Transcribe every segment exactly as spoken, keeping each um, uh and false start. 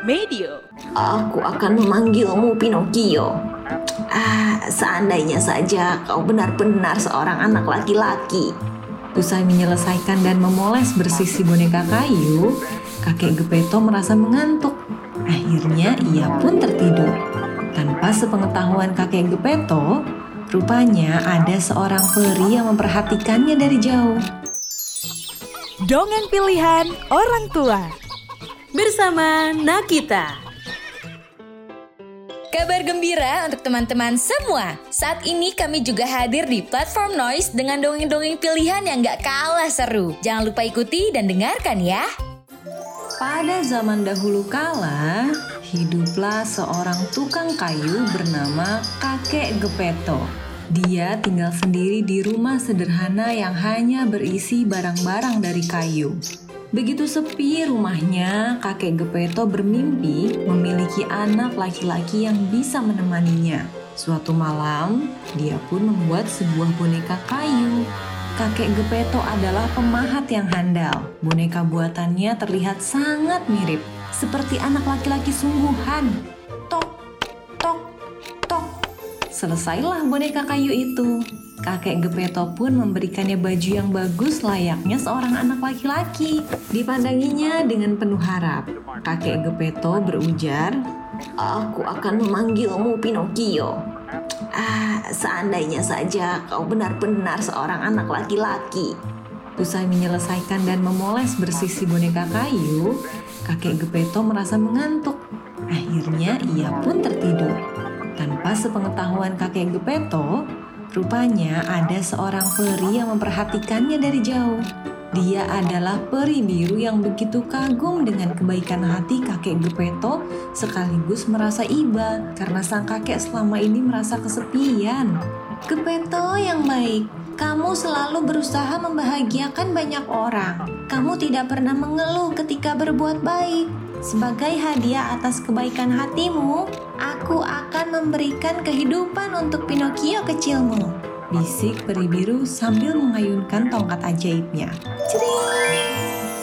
Medio. Aku akan memanggilmu Pinocchio. Ah, seandainya saja kau benar-benar seorang anak laki-laki. Usai menyelesaikan dan memoles bersih si boneka kayu, kakek Geppetto merasa mengantuk. Akhirnya ia pun tertidur. Tanpa sepengetahuan kakek Geppetto, rupanya ada seorang peri yang memperhatikannya dari jauh. Dongeng pilihan orang tua bersama Nakita. Kabar gembira untuk teman-teman semua. Saat ini kami juga hadir di platform Noise dengan dongeng-dongeng pilihan yang gak kalah seru. Jangan lupa ikuti dan dengarkan ya. Pada zaman dahulu kala, hiduplah seorang tukang kayu bernama kakek Geppetto. Dia tinggal sendiri di rumah sederhana yang hanya berisi barang-barang dari kayu. Begitu sepi rumahnya, kakek Geppetto bermimpi memiliki anak laki-laki yang bisa menemaninya. Suatu malam, dia pun membuat sebuah boneka kayu. Kakek Geppetto adalah pemahat yang handal. Boneka buatannya terlihat sangat mirip, seperti anak laki-laki sungguhan. Tok, tok, tok. Selesailah boneka kayu itu. Kakek Geppetto pun memberikannya baju yang bagus layaknya seorang anak laki-laki. Dipandanginya dengan penuh harap. Kakek Geppetto berujar, Aku akan memanggilmu Pinocchio. Ah, seandainya saja kau benar-benar seorang anak laki-laki. Usai menyelesaikan dan memoles bersih si boneka kayu, kakek Geppetto merasa mengantuk. Akhirnya ia pun tertidur. Tanpa sepengetahuan kakek Geppetto, rupanya ada seorang peri yang memperhatikannya dari jauh. Dia adalah peri biru yang begitu kagum dengan kebaikan hati kakek Geppetto sekaligus merasa iba karena sang kakek selama ini merasa kesepian. Geppetto yang baik, kamu selalu berusaha membahagiakan banyak orang. Kamu tidak pernah mengeluh ketika berbuat baik. Sebagai hadiah atas kebaikan hatimu, aku akan memberikan kehidupan untuk Pinocchio kecilmu. Bisik peri biru sambil mengayunkan tongkat ajaibnya. Cering!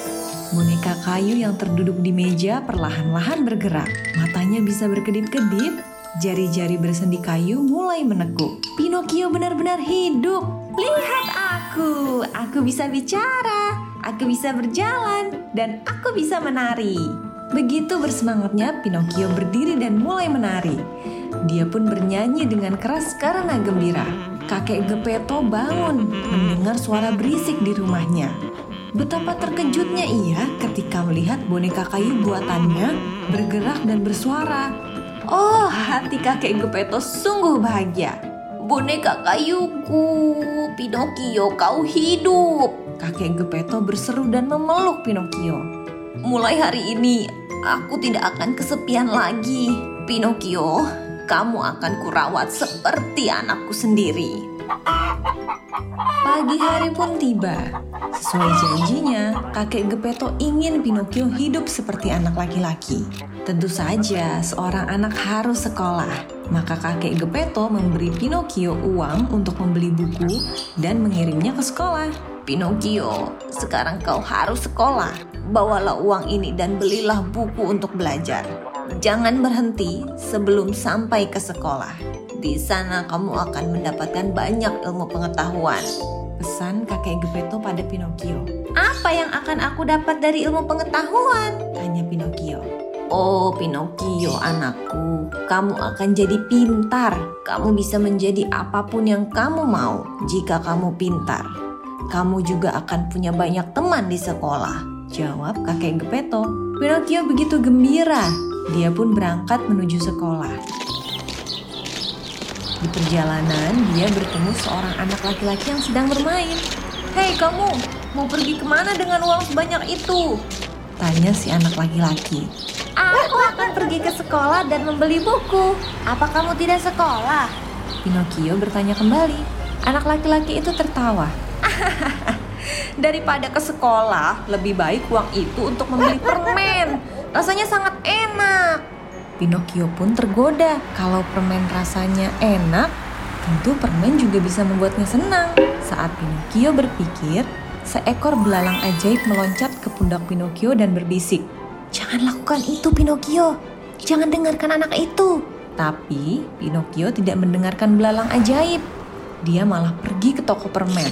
Boneka kayu yang terduduk di meja perlahan-lahan bergerak. Matanya bisa berkedip-kedip, jari-jari bersendi kayu mulai menekuk. Pinocchio benar-benar hidup. Lihat aku, aku bisa bicara, aku bisa berjalan, dan aku bisa menari. Begitu bersemangatnya, Pinocchio berdiri dan mulai menari. Dia pun bernyanyi dengan keras karena gembira. Kakek Geppetto bangun mendengar suara berisik di rumahnya. Betapa terkejutnya ia ketika melihat boneka kayu buatannya bergerak dan bersuara. Oh, hati kakek Geppetto sungguh bahagia. Boneka kayuku, Pinocchio, kau hidup. Kakek Geppetto berseru dan memeluk Pinocchio. Mulai hari ini, aku tidak akan kesepian lagi. Pinocchio, kamu akan kurawat seperti anakku sendiri. Pagi hari pun tiba. Sesuai janjinya, kakek Geppetto ingin Pinocchio hidup seperti anak laki-laki. Tentu saja, seorang anak harus sekolah. Maka kakek Geppetto memberi Pinocchio uang untuk membeli buku dan mengirimnya ke sekolah. Pinocchio, sekarang kau harus sekolah. Bawalah uang ini dan belilah buku untuk belajar. Jangan berhenti sebelum sampai ke sekolah. Di sana kamu akan mendapatkan banyak ilmu pengetahuan. Pesan kakek Geppetto pada Pinocchio. Apa yang akan aku dapat dari ilmu pengetahuan? Tanya Pinocchio. Oh Pinocchio anakku, kamu akan jadi pintar. Kamu bisa menjadi apapun yang kamu mau jika kamu pintar. Kamu juga akan punya banyak teman di sekolah. Jawab kakek Geppetto. Pinocchio begitu gembira. Dia pun berangkat menuju sekolah. Di perjalanan, dia bertemu seorang anak laki-laki yang sedang bermain. Hei kamu, mau pergi kemana dengan uang sebanyak itu? Tanya si anak laki-laki. Aku akan pergi ke sekolah dan membeli buku. Apa kamu tidak sekolah? Pinocchio bertanya kembali. Anak laki-laki itu tertawa. Daripada ke sekolah, lebih baik uang itu untuk membeli permen. Rasanya sangat enak. Pinocchio pun tergoda. Kalau permen rasanya enak, tentu permen juga bisa membuatnya senang. Saat Pinocchio berpikir, seekor belalang ajaib meloncat ke pundak Pinocchio dan berbisik, Jangan lakukan itu, Pinocchio. Jangan dengarkan anak itu. Tapi Pinocchio tidak mendengarkan belalang ajaib. Dia malah pergi ke toko permen.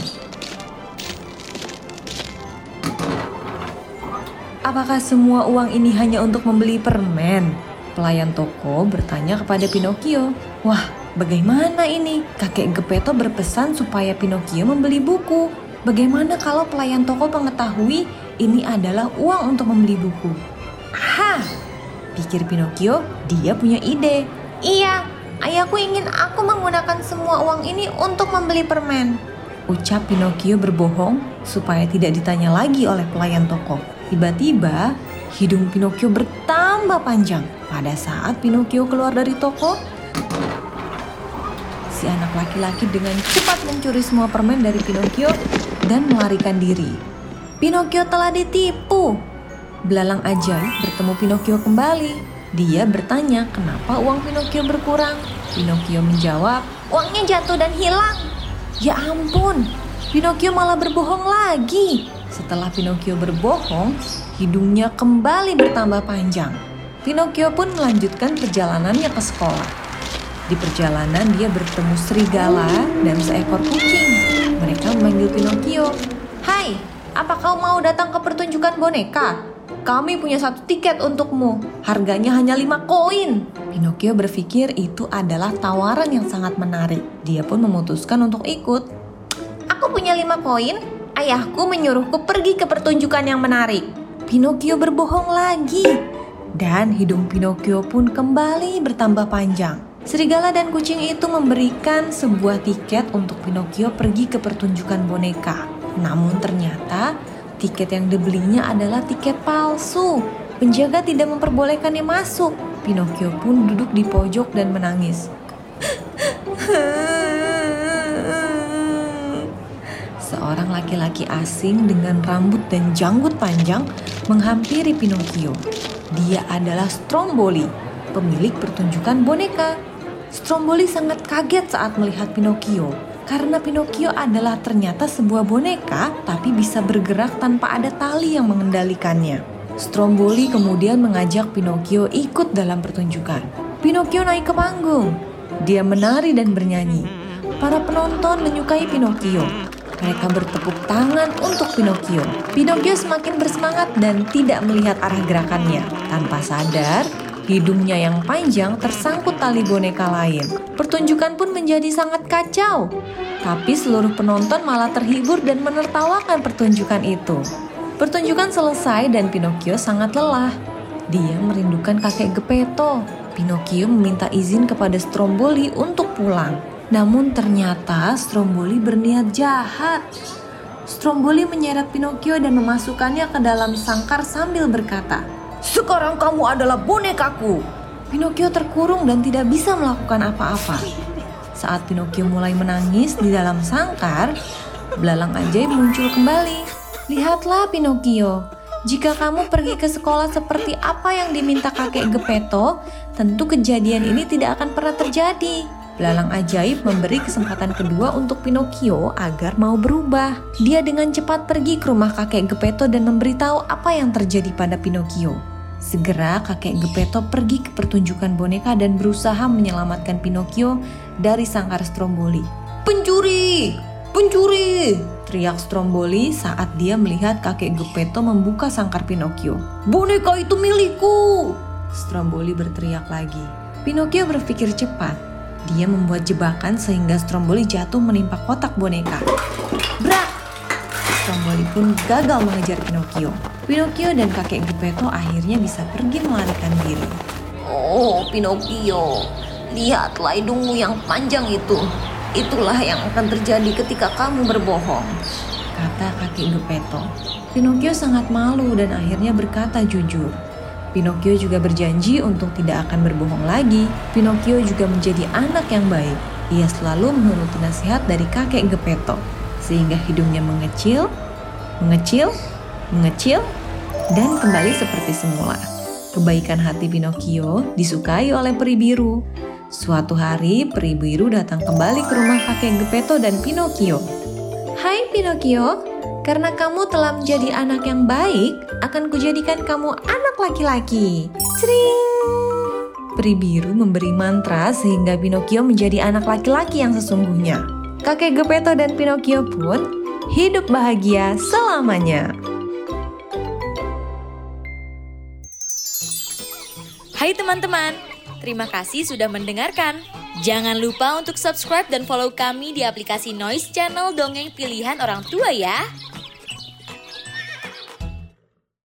Apakah semua uang ini hanya untuk membeli permen? Pelayan toko bertanya kepada Pinocchio. Wah, bagaimana ini? Kakek Geppetto berpesan supaya Pinocchio membeli buku. Bagaimana kalau pelayan toko mengetahui ini adalah uang untuk membeli buku? Aha! Pikir Pinocchio, dia punya ide. Iya, ayahku ingin aku menggunakan semua uang ini untuk membeli permen. Ucap Pinocchio berbohong supaya tidak ditanya lagi oleh pelayan toko. Tiba-tiba, hidung Pinocchio bertambah panjang. Pada saat Pinocchio keluar dari toko, si anak laki-laki dengan cepat mencuri semua permen dari Pinocchio dan melarikan diri. Pinocchio telah ditipu. Belalang ajaib bertemu Pinocchio kembali. Dia bertanya kenapa uang Pinocchio berkurang. Pinocchio menjawab, uangnya jatuh dan hilang. Ya ampun, Pinocchio malah berbohong lagi. Setelah Pinocchio berbohong, hidungnya kembali bertambah panjang. Pinocchio pun melanjutkan perjalanannya ke sekolah. Di perjalanan dia bertemu serigala dan seekor kucing. Mereka memanggil Pinocchio. Hai, apa kau mau datang ke pertunjukan boneka? Kami punya satu tiket untukmu. Harganya hanya lima koin. Pinocchio berpikir itu adalah tawaran yang sangat menarik. Dia pun memutuskan untuk ikut. Aku punya lima koin. Ayahku menyuruhku pergi ke pertunjukan yang menarik. Pinocchio berbohong lagi. Dan hidung Pinocchio pun kembali bertambah panjang. Serigala dan kucing itu memberikan sebuah tiket untuk Pinocchio pergi ke pertunjukan boneka. Namun ternyata tiket yang dibelinya adalah tiket palsu. Penjaga tidak memperbolehkannya masuk. Pinocchio pun duduk di pojok dan menangis. Seorang laki-laki asing dengan rambut dan janggut panjang menghampiri Pinocchio. Dia adalah Stromboli, pemilik pertunjukan boneka. Stromboli sangat kaget saat melihat Pinocchio. Karena Pinocchio adalah ternyata sebuah boneka, tapi bisa bergerak tanpa ada tali yang mengendalikannya. Stromboli kemudian mengajak Pinocchio ikut dalam pertunjukan. Pinocchio naik ke panggung. Dia menari dan bernyanyi. Para penonton menyukai Pinocchio. Mereka bertepuk tangan untuk Pinocchio. Pinocchio semakin bersemangat dan tidak melihat arah gerakannya. Tanpa sadar, hidungnya yang panjang tersangkut tali boneka lain. Pertunjukan pun menjadi sangat kacau. Tapi seluruh penonton malah terhibur dan menertawakan pertunjukan itu. Pertunjukan selesai dan Pinocchio sangat lelah. Dia merindukan kakek Geppetto. Pinocchio meminta izin kepada Stromboli untuk pulang. Namun ternyata Stromboli berniat jahat. Stromboli menyeret Pinocchio dan memasukkannya ke dalam sangkar sambil berkata, "Sekarang kamu adalah bonekaku." Pinocchio terkurung dan tidak bisa melakukan apa-apa. Saat Pinocchio mulai menangis di dalam sangkar, belalang ajaib muncul kembali. "Lihatlah Pinocchio, jika kamu pergi ke sekolah seperti apa yang diminta kakek Geppetto, tentu kejadian ini tidak akan pernah terjadi." Belalang ajaib memberi kesempatan kedua untuk Pinocchio agar mau berubah. Dia dengan cepat pergi ke rumah kakek Geppetto dan memberitahu apa yang terjadi pada Pinocchio. Segera kakek Geppetto pergi ke pertunjukan boneka dan berusaha menyelamatkan Pinocchio dari sangkar Stromboli. "Pencuri! Pencuri!" teriak Stromboli saat dia melihat kakek Geppetto membuka sangkar Pinocchio. "Boneka itu milikku!" Stromboli berteriak lagi. Pinocchio berpikir cepat. Dia membuat jebakan sehingga Stromboli jatuh menimpa kotak boneka. Brak! Stromboli pun gagal mengejar Pinocchio. Pinocchio dan kakek Geppetto akhirnya bisa pergi melarikan diri. Oh, Pinocchio, lihatlah hidungmu yang panjang itu. Itulah yang akan terjadi ketika kamu berbohong, kata kakek Geppetto. Pinocchio sangat malu dan akhirnya berkata jujur. Pinocchio juga berjanji untuk tidak akan berbohong lagi. Pinocchio juga menjadi anak yang baik. Ia selalu menuruti nasihat dari kakek Geppetto, sehingga hidungnya mengecil, mengecil, mengecil, dan kembali seperti semula. Kebaikan hati Pinocchio disukai oleh peri biru. Suatu hari, peri biru datang kembali ke rumah kakek Geppetto dan Pinocchio. "Hai Pinocchio, karena kamu telah menjadi anak yang baik, akan kujadikan kamu anak laki-laki. Cring! Peri biru memberi mantra sehingga Pinocchio menjadi anak laki-laki yang sesungguhnya. Kakek Geppetto dan Pinocchio pun hidup bahagia selamanya. Hai teman-teman, terima kasih sudah mendengarkan. Jangan lupa untuk subscribe dan follow kami di aplikasi Noise Channel Dongeng Pilihan Orang Tua ya.